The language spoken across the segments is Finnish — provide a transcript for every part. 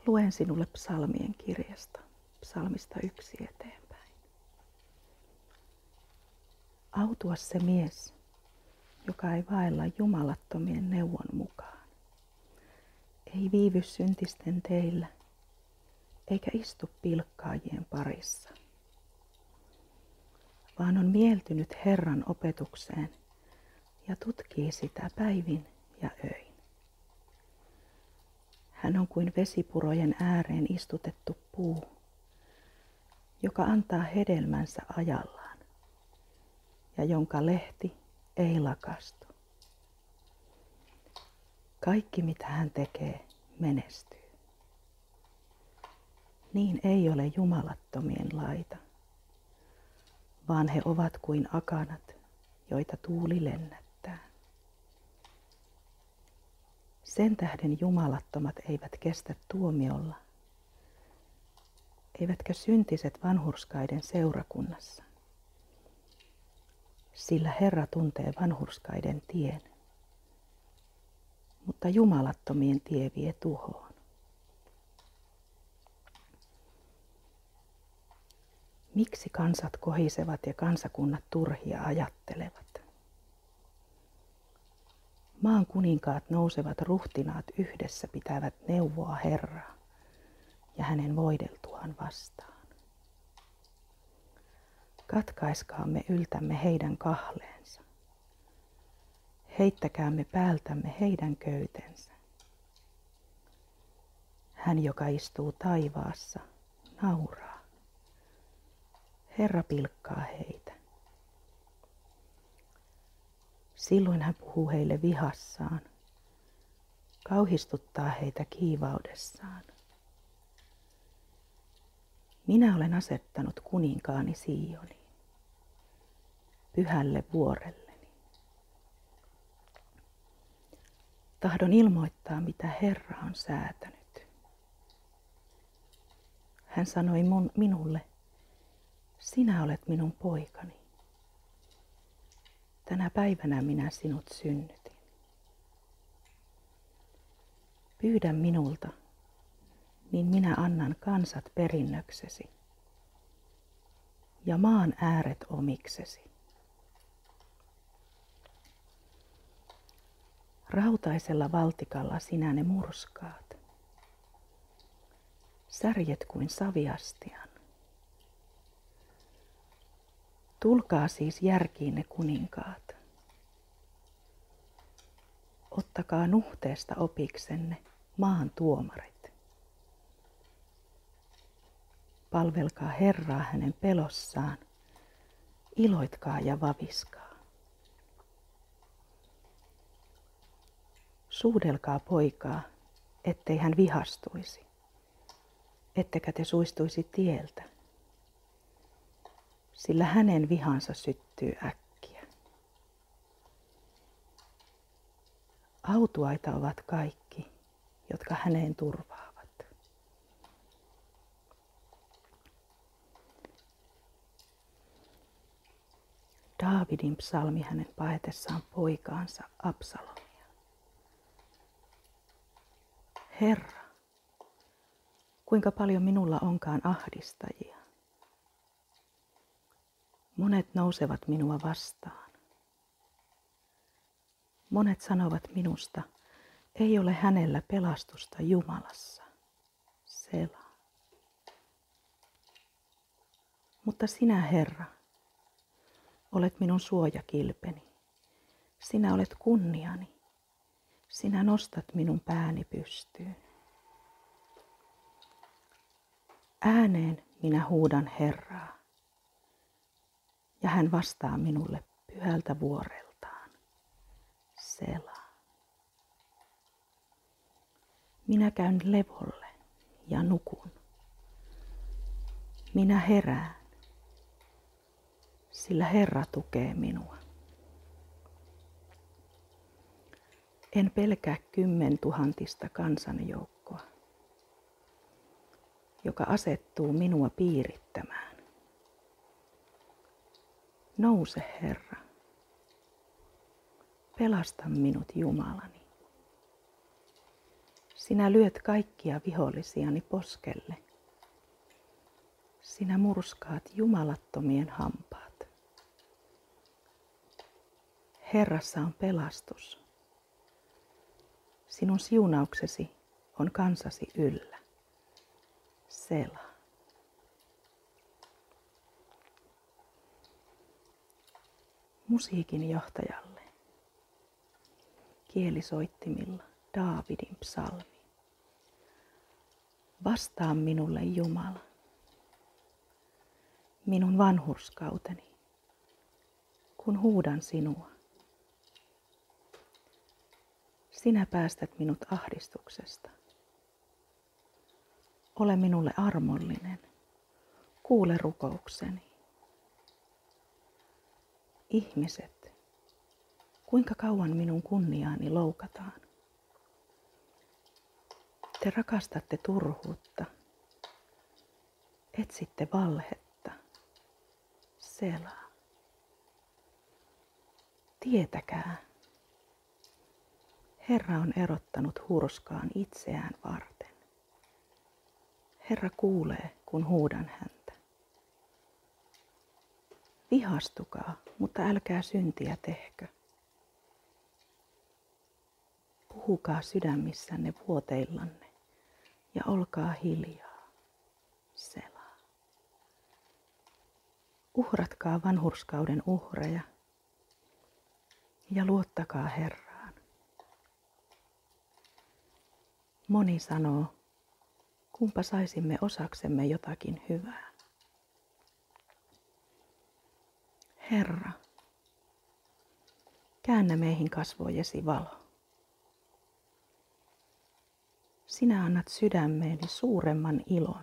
Luen sinulle psalmien kirjasta, psalmista 1 eteenpäin. Autua se mies, joka ei vaella jumalattomien neuvon mukaan. Ei viivy syntisten teillä, eikä istu pilkkaajien parissa, vaan on mieltynyt Herran opetukseen ja tutkii sitä päivin ja öin. Hän on kuin vesipurojen ääreen istutettu puu, joka antaa hedelmänsä ajallaan ja jonka lehti ei lakastu. Kaikki mitä hän tekee menestyy. Niin ei ole jumalattomien laita, vaan he ovat kuin akanat, joita tuuli lennättää. Sen tähden jumalattomat eivät kestä tuomiolla, eivätkä syntiset vanhurskaiden seurakunnassa. Sillä Herra tuntee vanhurskaiden tien, mutta jumalattomien tie vie tuhoon. Miksi kansat kohisevat ja kansakunnat turhia ajattelevat? Maan kuninkaat nousevat ruhtinaat yhdessä pitävät neuvoa Herraa ja hänen voideltuaan vastaan. Katkaiskaamme yltämme heidän kahleensa. Heittäkäämme päältämme heidän köytensä. Hän, joka istuu taivaassa, nauraa. Herra pilkkaa heitä. Silloin hän puhuu heille vihassaan, kauhistuttaa heitä kiivaudessaan. Minä olen asettanut kuninkaani Sioniin, pyhälle vuorelleni. Tahdon ilmoittaa, mitä Herra on säätänyt. Hän sanoi minulle, sinä olet minun poikani. Tänä päivänä minä sinut synnytin. Pyydä minulta, niin minä annan kansat perinnöksesi ja maan ääret omiksesi. Rautaisella valtikalla sinä ne murskaat, särjet kuin saviastian. Tulkaa siis järkiinne kuninkaat. Ottakaa nuhteesta opiksenne maan tuomarit. Palvelkaa Herraa hänen pelossaan, iloitkaa ja vaviskaa. Suudelkaa poikaa, ettei hän vihastuisi, ettekä te suistuisi tieltä, sillä hänen vihansa syttyy äkkiä. Autuaita ovat kaikki, jotka häneen turvaavat. Daavidin psalmi hänen paetessaan poikaansa Absalomia. Herra, kuinka paljon minulla onkaan ahdistajia. Monet nousevat minua vastaan. Monet sanovat minusta, ei ole hänellä pelastusta Jumalassa. Sela. Mutta sinä, Herra, olet minun suojakilpeni. Sinä olet kunniani. Sinä nostat minun pääni pystyyn. Ääneen minä huudan Herraa, ja hän vastaa minulle pyhältä vuoreltaan. Sela. Minä käyn levolle ja nukun. Minä herään, sillä Herra tukee minua. En pelkää 10 000 kansanjoukkoa, joka asettuu minua piirittämään. Nouse, Herra. Pelasta minut Jumalani. Sinä lyöt kaikkia vihollisiani poskelle. Sinä murskaat jumalattomien hampaat. Herrassa on pelastus. Sinun siunauksesi on kansasi yllä. Sela. Musiikin johtajalle. Kielisoittimilla Daavidin psalmi. Vastaa minulle, Jumala, minun vanhurskauteni, kun huudan sinua. Sinä päästät minut ahdistuksesta. Ole minulle armollinen, kuule rukoukseni. Ihmiset, kuinka kauan minun kunniaani loukataan? Te rakastatte turhuutta, etsitte valhetta. Selaa. Tietäkää, Herra on erottanut hurskaan itseään varten. Herra kuulee, kun huudan häntä. Vihastukaa, mutta älkää syntiä tehkö. Puhukaa sydämissänne vuoteillanne ja olkaa hiljaa. Selaa. Uhratkaa vanhurskauden uhreja ja luottakaa Herraan. Moni sanoo, kumpa saisimme osaksemme jotakin hyvää. Herra, käännä meihin kasvojesi valo. Sinä annat sydämeeni suuremman ilon,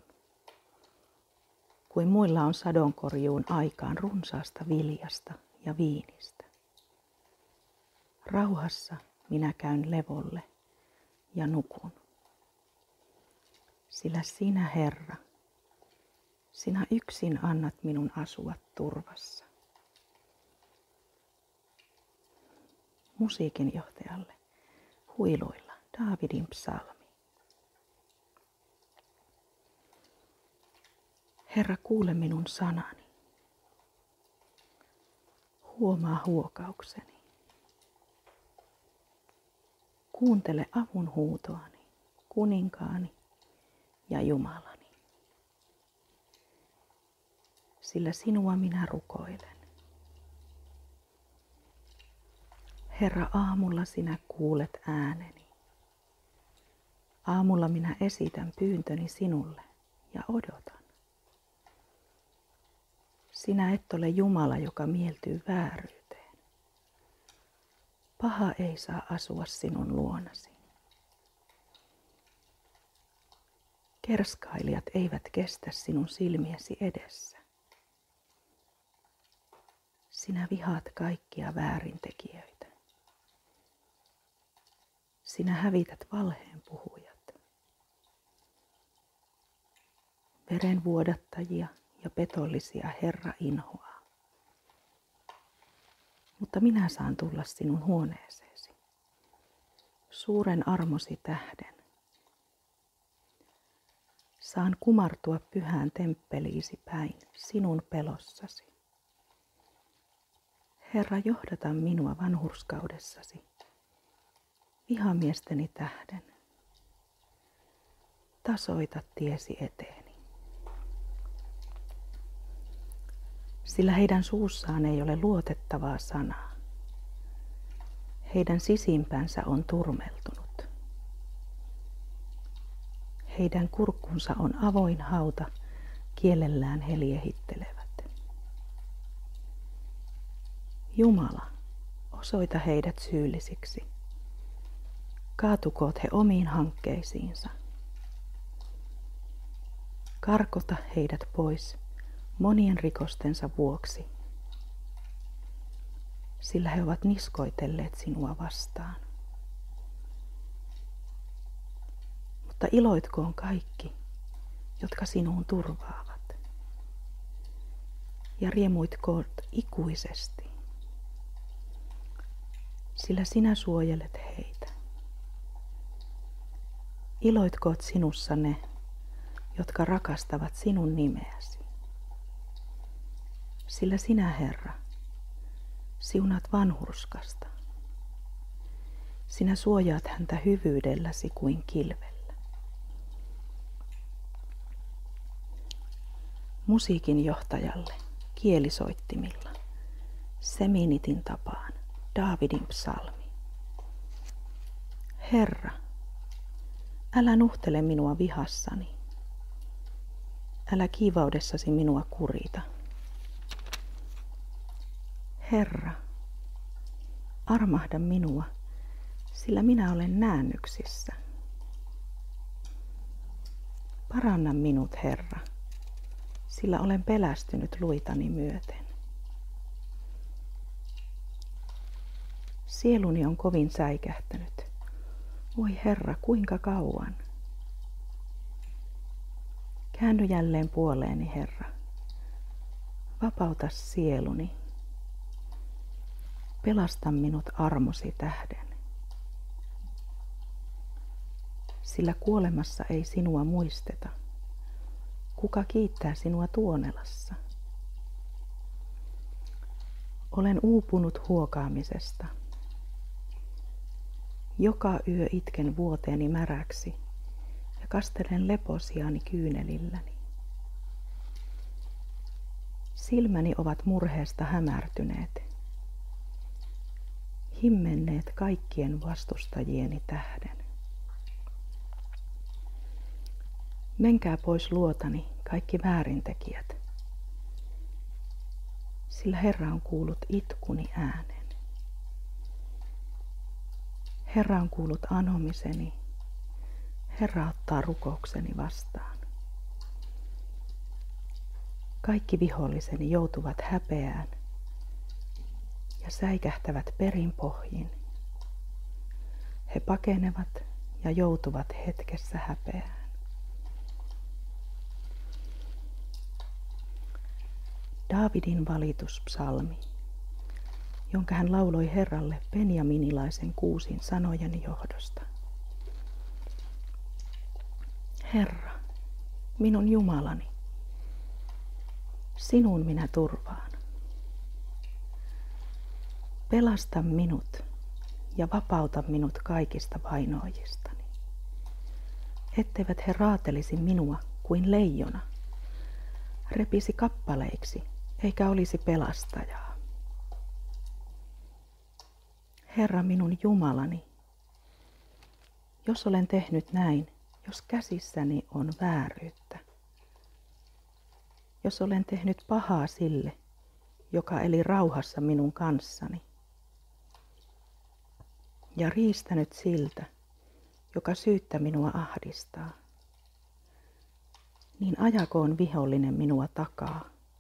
kuin muilla on sadonkorjuun aikaan runsaasta viljasta ja viinistä. Rauhassa minä käyn levolle ja nukun. Sillä sinä, Herra, sinä yksin annat minun asua turvassa. Musiikinjohtajalle huiluilla Daavidin psalmi. Herra, kuule minun sanani. Huomaa huokaukseni. Kuuntele avun huutoani, kuninkaani ja Jumalani. Sillä sinua minä rukoilen. Herra, aamulla sinä kuulet ääneni. Aamulla minä esitän pyyntöni sinulle ja odotan. Sinä et ole Jumala, joka mieltyy vääryyteen. Paha ei saa asua sinun luonasi. Kerskailijat eivät kestä sinun silmiesi edessä. Sinä vihaat kaikkia väärintekijöitä. Sinä hävität valheen puhujat. Verenvuodattajia ja petollisia Herra inhoaa. Mutta minä saan tulla sinun huoneeseesi, suuren armosi tähden. Saan kumartua pyhään temppeliisi päin sinun pelossasi. Herra, johdata minua vanhurskaudessasi, vihamiesteni tähden. Tasoita tiesi eteeni. Sillä heidän suussaan ei ole luotettavaa sanaa. Heidän sisimpänsä on turmeltunut. Heidän kurkkunsa on avoin hauta, kielellään he liehittelevät. Jumala, osoita heidät syyllisiksi. Kaatukoot he omiin hankkeisiinsa. Karkota heidät pois monien rikostensa vuoksi, sillä he ovat niskoitelleet sinua vastaan. Mutta iloitkoon kaikki, jotka sinuun turvaavat, ja riemuitkoon ikuisesti, sillä sinä suojelet heitä. Iloitkoot sinussa ne, jotka rakastavat sinun nimeäsi. Sillä sinä, Herra, siunat vanhurskasta. Sinä suojaat häntä hyvyydelläsi kuin kilvellä. Musiikin johtajalle kielisoittimilla, seminitin tapaan, Daavidin psalmi. Herra, älä nuhtele minua vihassani. Älä kiivaudessasi minua kurita. Herra, armahda minua, sillä minä olen näännyksissä. Paranna minut, Herra, sillä olen pelästynyt luitani myöten. Sieluni on kovin säikähtänyt. Voi Herra, kuinka kauan? Käänny jälleen puoleeni, Herra. Vapauta sieluni. Pelasta minut armosi tähden. Sillä kuolemassa ei sinua muisteta. Kuka kiittää sinua tuonelassa? Olen uupunut huokaamisesta. Joka yö itken vuoteeni märäksi ja kastelen leposiani kyynelilläni. Silmäni ovat murheesta hämärtyneet, himmenneet kaikkien vastustajieni tähden. Menkää pois luotani, kaikki väärintekijät, sillä Herra on kuullut itkuni äänen. Herra on kuullut anomiseni, Herra ottaa rukoukseni vastaan. Kaikki viholliseni joutuvat häpeään ja säikähtävät perin pohjin. He pakenevat ja joutuvat hetkessä häpeään. Daavidin valituspsalmi, jonka hän lauloi Herralle benjaminilaisen kuusin sanojen johdosta. Herra, minun Jumalani, sinuun minä turvaan. Pelasta minut ja vapauta minut kaikista vainoajistani, etteivät he raatelisi minua kuin leijona, repisi kappaleiksi eikä olisi pelastajaa. Herra minun Jumalani, jos olen tehnyt näin, jos käsissäni on vääryyttä, jos olen tehnyt pahaa sille, joka eli rauhassa minun kanssani, ja riistänyt siltä, joka syyttä minua ahdistaa, niin ajakoon vihollinen minua takaa,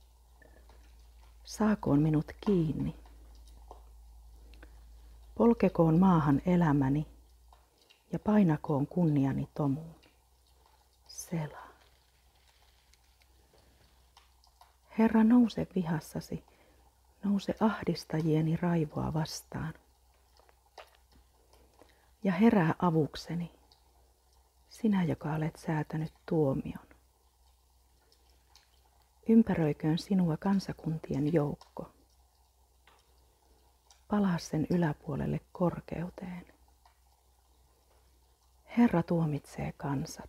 saakoon minut kiinni, polkekoon maahan elämäni ja painakoon kunniani tomuun. Sela. Herra, nouse vihassasi, nouse ahdistajieni raivoa vastaan. Ja herää avukseni, sinä, joka olet säätänyt tuomion. Ympäröiköön sinua kansakuntien joukko. Palaa sen yläpuolelle korkeuteen. Herra tuomitsee kansat.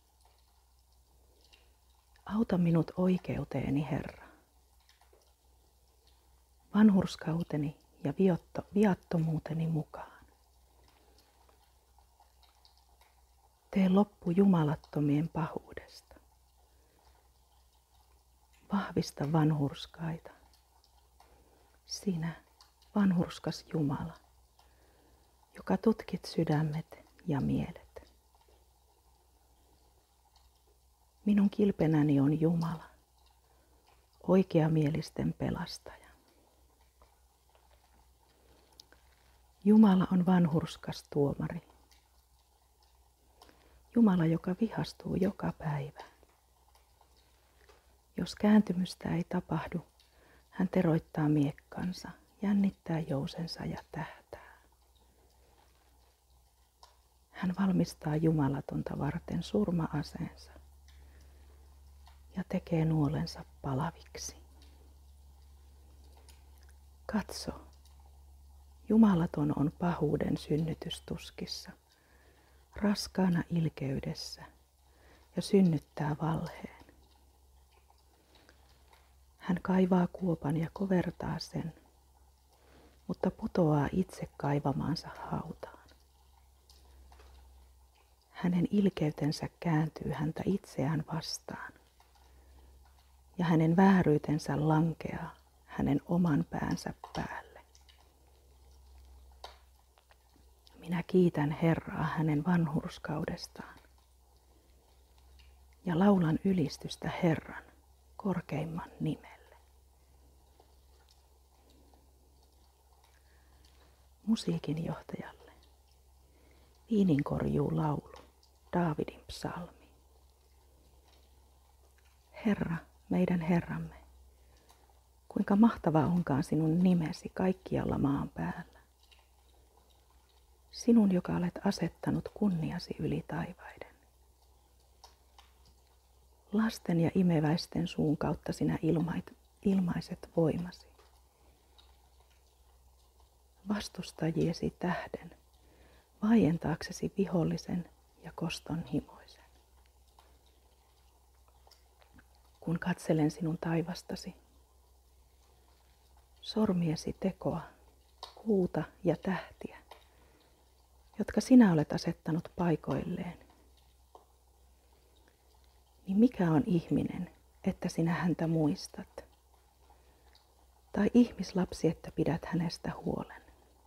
Auta minut oikeuteeni, Herra. Vanhurskauteni ja viattomuuteni mukaan. Tee loppu jumalattomien pahuudesta. Vahvista vanhurskaita. Sinä, vanhurskas Jumala, joka tutkit sydämet ja mielet. Minun kilpenäni on Jumala, oikeamielisten pelastaja. Jumala on vanhurskas tuomari. Jumala, joka vihastuu joka päivä. Jos kääntymystä ei tapahdu, hän teroittaa miekkansa, jännittää jousensa ja tähtää. Hän valmistaa Jumalatonta varten surma-aseensa ja tekee nuolensa palaviksi. Katso, Jumalaton on pahuuden synnytystuskissa, raskaana ilkeydessä ja synnyttää valheen. Hän kaivaa kuopan ja kovertaa sen, mutta putoaa itse kaivamaansa hautaan. Hänen ilkeytensä kääntyy häntä itseään vastaan, ja hänen vääryytensä lankeaa hänen oman päänsä päälle. Minä kiitän Herraa hänen vanhurskaudestaan ja laulan ylistystä Herran korkeimman nimelle. Musiikinjohtajalle viininkorjuulaulu, Daavidin psalmi. Herra, meidän Herramme, kuinka mahtava onkaan sinun nimesi kaikkialla maan päällä. Sinun, joka olet asettanut kunniasi yli taivaiden. Lasten ja imeväisten suun kautta sinä ilmaiset voimasi. Vastustajiesi tähden vaientaaksesi vihollisen ja kostonhimoisen. Kun katselen sinun taivastasi, sormiesi tekoa, kuuta ja tähtiä, jotka sinä olet asettanut paikoilleen, niin mikä on ihminen, että sinä häntä muistat? Tai ihmislapsi, että pidät hänestä huolen?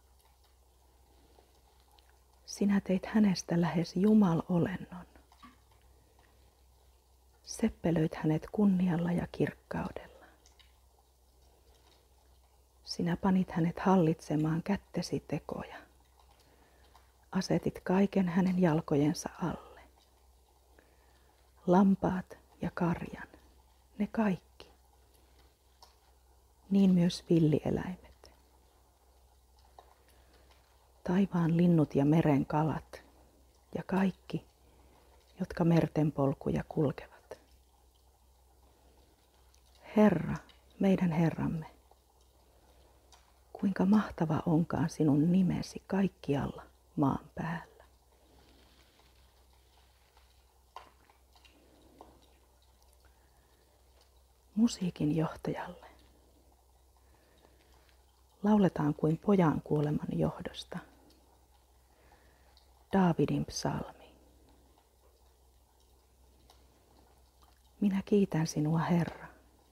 Sinä teit hänestä lähes Jumal-olennon. Seppelöit hänet kunnialla ja kirkkaudella. Sinä panit hänet hallitsemaan kättesi tekoja. Asetit kaiken hänen jalkojensa alle. Lampaat ja karjan, ne kaikki. Niin myös villieläimet. Taivaan linnut ja meren kalat ja kaikki, jotka merten polkuja kulkevat. Herra, meidän Herramme, kuinka mahtava onkaan sinun nimesi kaikkialla maan päällä. Musiikinjohtajalle lauletaan kuin pojan kuoleman johdosta. Daavidin psalmi. Minä kiitän sinua, Herra,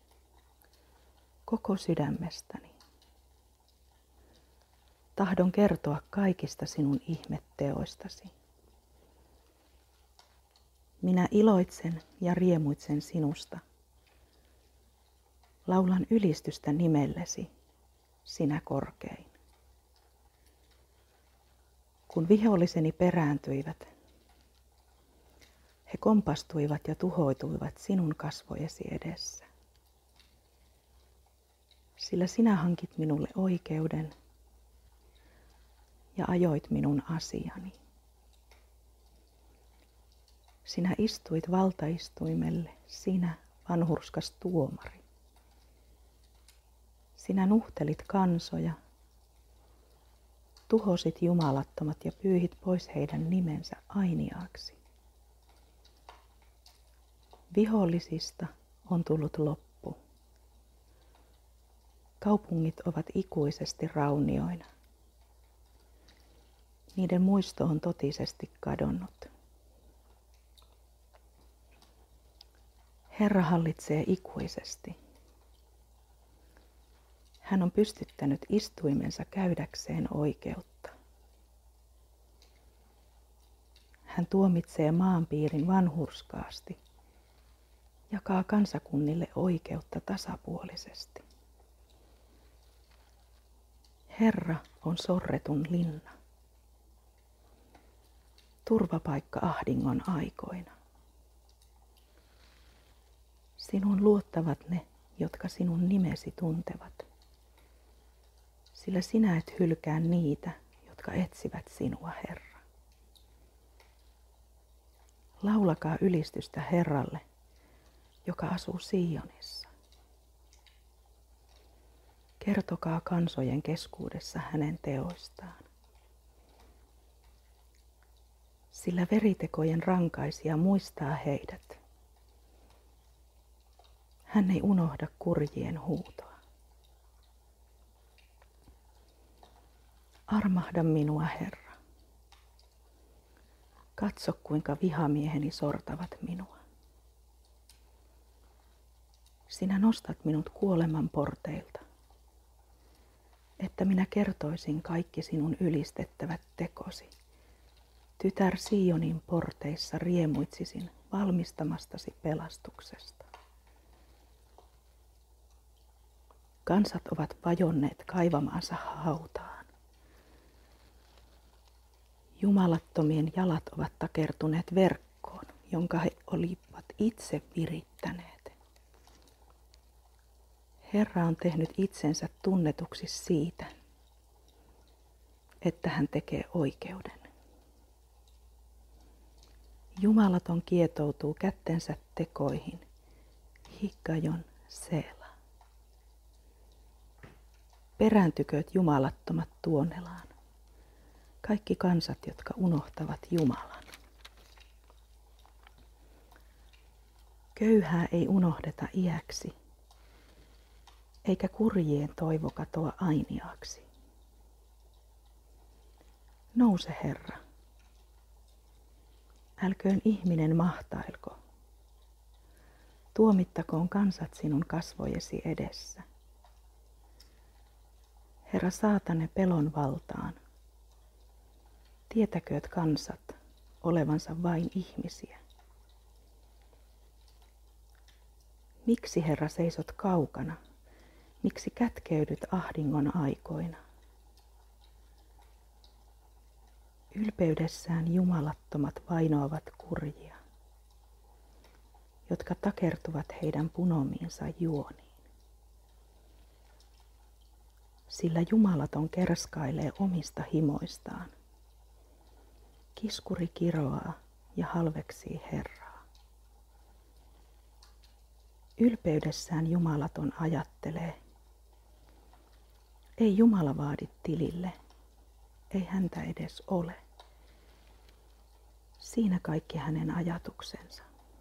koko sydämestäni. Tahdon kertoa kaikista sinun ihmetteoistasi. Minä iloitsen ja riemuitsen sinusta. Laulan ylistystä nimellesi, sinä korkein. Kun viholliseni perääntyivät, he kompastuivat ja tuhoituivat sinun kasvojesi edessä. Sillä sinä hankit minulle oikeuden ja ajoit minun asiani. Sinä istuit valtaistuimelle, sinä vanhurskas tuomari. Sinä nuhtelit kansoja, tuhosit jumalattomat ja pyyhit pois heidän nimensä ainiaaksi. Vihollisista on tullut loppu. Kaupungit ovat ikuisesti raunioina. Niiden muisto on totisesti kadonnut. Herra hallitsee ikuisesti. Hän on pystyttänyt istuimensa käydäkseen oikeutta. Hän tuomitsee maanpiirin vanhurskaasti, jakaa kansakunnille oikeutta tasapuolisesti. Herra on sorretun linna, turvapaikka ahdingon aikoina. Sinun luottavat ne, jotka sinun nimesi tuntevat, sillä sinä et hylkää niitä, jotka etsivät sinua, Herra. Laulakaa ylistystä Herralle, joka asuu Sionissa. Kertokaa kansojen keskuudessa hänen teoistaan. Sillä veritekojen rankaisija muistaa heidät. Hän ei unohda kurjien huutoa. Armahda minua, Herra. Katso, kuinka vihamieheni sortavat minua. Sinä nostat minut kuoleman porteilta, että minä kertoisin kaikki sinun ylistettävät tekosi. Tytär Sionin porteissa riemuitsisin valmistamastasi pelastuksesta. Kansat ovat vajonneet kaivamaansa hautaan. Jumalattomien jalat ovat takertuneet verkkoon, jonka he olivat itse virittäneet. Herra on tehnyt itsensä tunnetuksi siitä, että hän tekee oikeuden. Jumalaton kietoutuu kättensä tekoihin, hikkajon Seela. Perääntykööt jumalattomat tuonelaan, kaikki kansat, jotka unohtavat Jumalan. Köyhää ei unohdeta iäksi, eikä kurjien toivo katoa ainiaaksi. Nouse, Herra. Älköön ihminen mahtailko. Tuomittakoon kansat sinun kasvojesi edessä. Herra, saata ne pelon valtaan. Tietäkööt kansat olevansa vain ihmisiä. Miksi, Herra, seisot kaukana? Miksi kätkeydyt ahdingon aikoina? Ylpeydessään jumalattomat vainoavat kurjia, jotka takertuvat heidän punomiinsa juoniin. Sillä jumalaton kerskailee omista himoistaan. Kiskuri kiroaa ja halveksii Herraa. Ylpeydessään jumalaton ajattelee. Ei Jumala vaadi tilille, ei häntä edes ole. Siinä kaikki hänen ajatuksensa.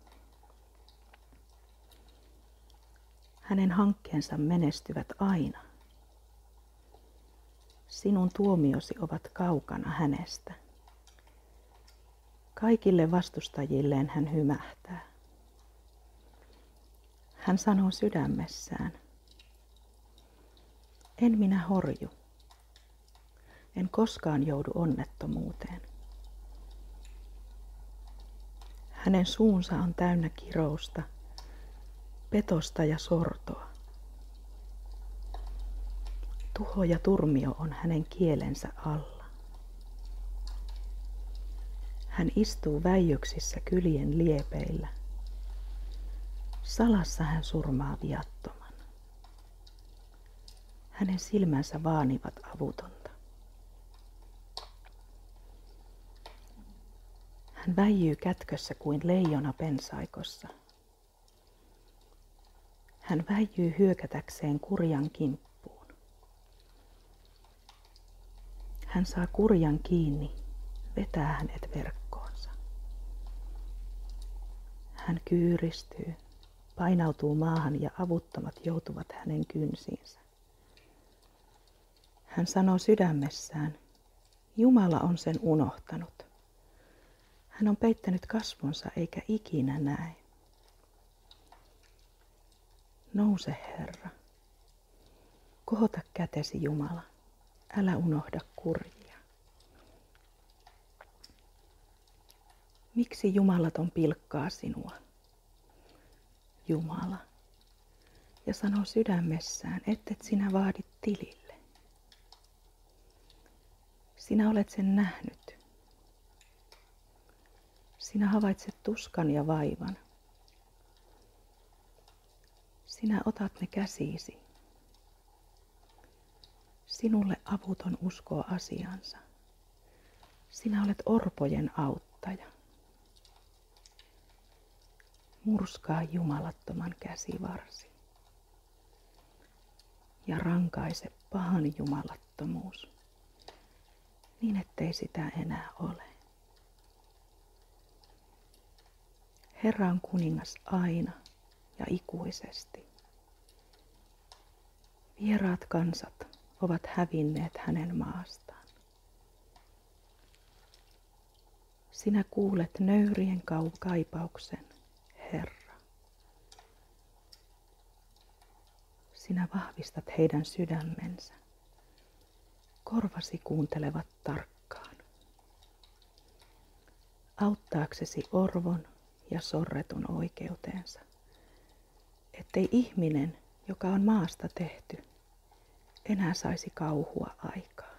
Hänen hankkeensa menestyvät aina. Sinun tuomiosi ovat kaukana hänestä. Kaikille vastustajilleen hän hymähtää. Hän sanoo sydämessään, en minä horju, en koskaan joudu onnettomuuteen. Hänen suunsa on täynnä kirousta, petosta ja sortoa. Tuho ja turmio on hänen kielensä alla. Hän istuu väijyksissä kylien liepeillä. Salassa hän surmaa viattoman. Hänen silmänsä vaanivat avutonta. Hän väijyy kätkössä kuin leijona pensaikossa. Hän väijyy hyökätäkseen kurjan kimppuun. Hän saa kurjan kiinni, vetää hänet verkkoonsa. Hän kyyristyy, painautuu maahan ja avuttomat joutuvat hänen kynsiinsä. Hän sanoo sydämessään, Jumala on sen unohtanut. Hän on peittänyt kasvonsa eikä ikinä näe. Nouse, Herra. Kohota kätesi, Jumala. Älä unohda kurjia. Miksi jumalaton pilkkaa sinua, Jumala, ja sanoo sydämessään, ettet sinä vaadi tilille. Sinä olet sen nähnyt. Sinä havaitset tuskan ja vaivan. Sinä otat ne käsiisi. Sinulle avuton uskoo asiansa. Sinä olet orpojen auttaja. Murskaa jumalattoman käsivarsi ja rankaise pahan jumalattomuus, niin ettei sitä enää ole. Herra on kuningas aina ja ikuisesti. Vieraat kansat ovat hävinneet hänen maastaan. Sinä kuulet nöyrien kaipauksen, Herra. Sinä vahvistat heidän sydämensä. Korvasi kuuntelevat tarkkaan. Auttaaksesi orvon ja sorretun oikeuteensa, ettei ihminen, joka on maasta tehty, enää saisi kauhua aikaan.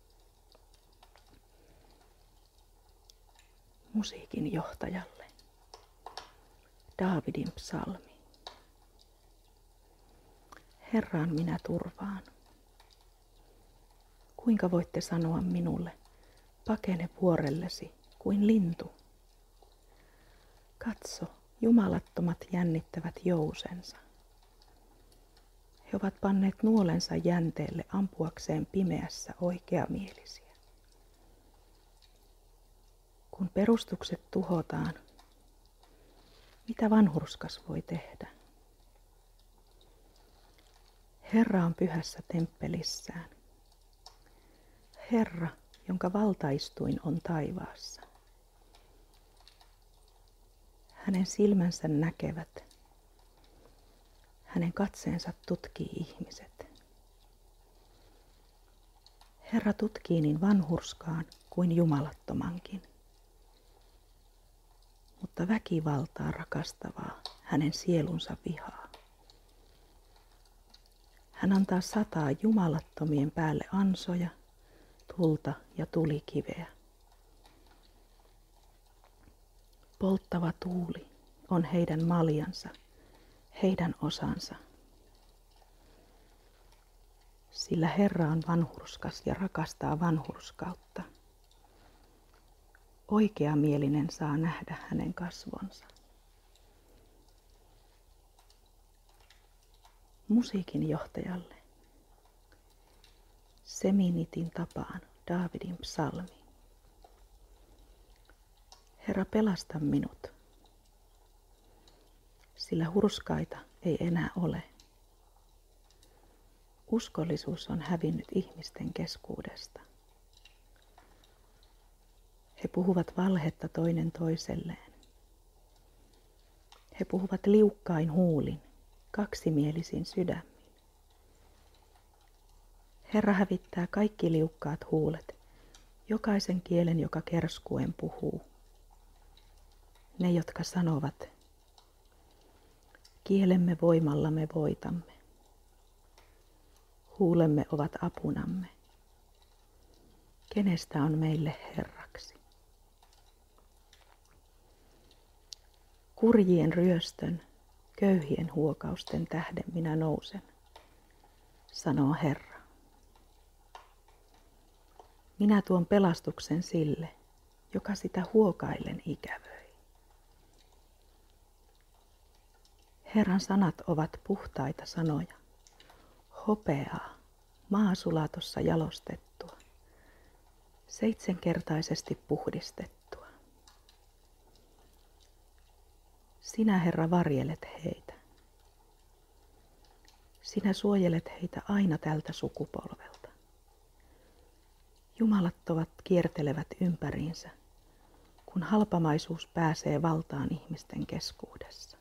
Musiikin johtajalle Daavidin psalmi. Herraan minä turvaan. Kuinka voitte sanoa minulle, pakene vuorellesi kuin lintu? Katso, jumalattomat jännittävät jousensa. He ovat panneet nuolensa jänteelle ampuakseen pimeässä oikeamielisiä. Kun perustukset tuhotaan, mitä vanhurskas voi tehdä? Herra on pyhässä temppelissään. Herra, jonka valtaistuin on taivaassa. Hänen silmänsä näkevät. Hänen katseensa tutkii ihmiset. Herra tutkii niin vanhurskaan kuin jumalattomankin. Mutta väkivaltaa rakastavaa hänen sielunsa vihaa. Hän antaa sataa jumalattomien päälle ansoja, tulta ja tulikiveä. Polttava tuuli on heidän maljansa, heidän osansa. Sillä Herra on vanhurskas ja rakastaa vanhurskautta. Oikeamielinen saa nähdä hänen kasvonsa. Musiikin johtajalle Seminitin tapaan Daavidin psalmi. Herra, pelasta minut, sillä hurskaita ei enää ole. Uskollisuus on hävinnyt ihmisten keskuudesta. He puhuvat valhetta toinen toiselleen. He puhuvat liukkain huulin, kaksimielisin sydämin. Herra hävittää kaikki liukkaat huulet, jokaisen kielen, joka kerskuen puhuu. Ne, jotka sanovat, kielemme voimalla me voitamme. Huulemme ovat apunamme. Kenestä on meille Herraksi? Kurjien ryöstön, köyhien huokausten tähden minä nousen, sanoo Herra. Minä tuon pelastuksen sille, joka sitä huokaillen ikävöi. Herran sanat ovat puhtaita sanoja, hopeaa, maasulatossa jalostettua, 7-kertaisesti puhdistettua. Sinä, Herra, varjelet heitä. Sinä suojelet heitä aina tältä sukupolvelta. Jumalattomat kiertelevät ympäriinsä, kun halpamaisuus pääsee valtaan ihmisten keskuudessa.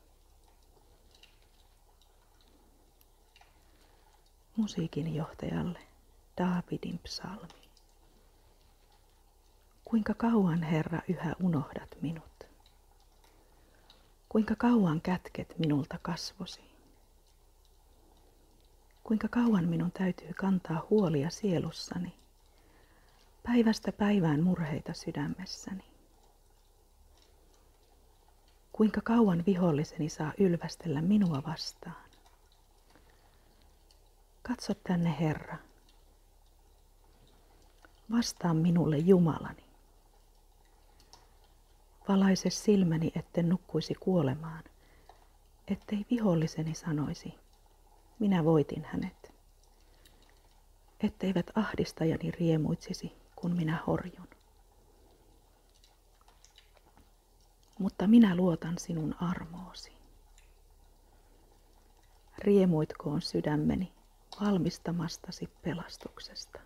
Musiikin johtajalle Daavidin psalmi. Kuinka kauan, Herra, yhä unohdat minut? Kuinka kauan kätket minulta kasvosi? Kuinka kauan minun täytyy kantaa huolia sielussani, päivästä päivään murheita sydämessäni? Kuinka kauan viholliseni saa ylvästellä minua vastaan? Katso tänne, Herra. Vastaa minulle, Jumalani. Valaise silmäni, etten nukkuisi kuolemaan, ettei viholliseni sanoisi, minä voitin hänet. Etteivät ahdistajani riemuitsisi, kun minä horjun. Mutta minä luotan sinun armoosi. Riemuitkoon sydämeni valmistamastasi pelastuksesta.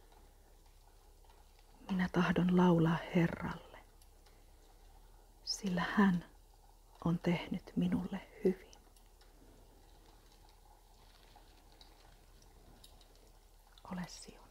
Minä tahdon laulaa Herralle, sillä hän on tehnyt minulle hyvin. Ole siunattu.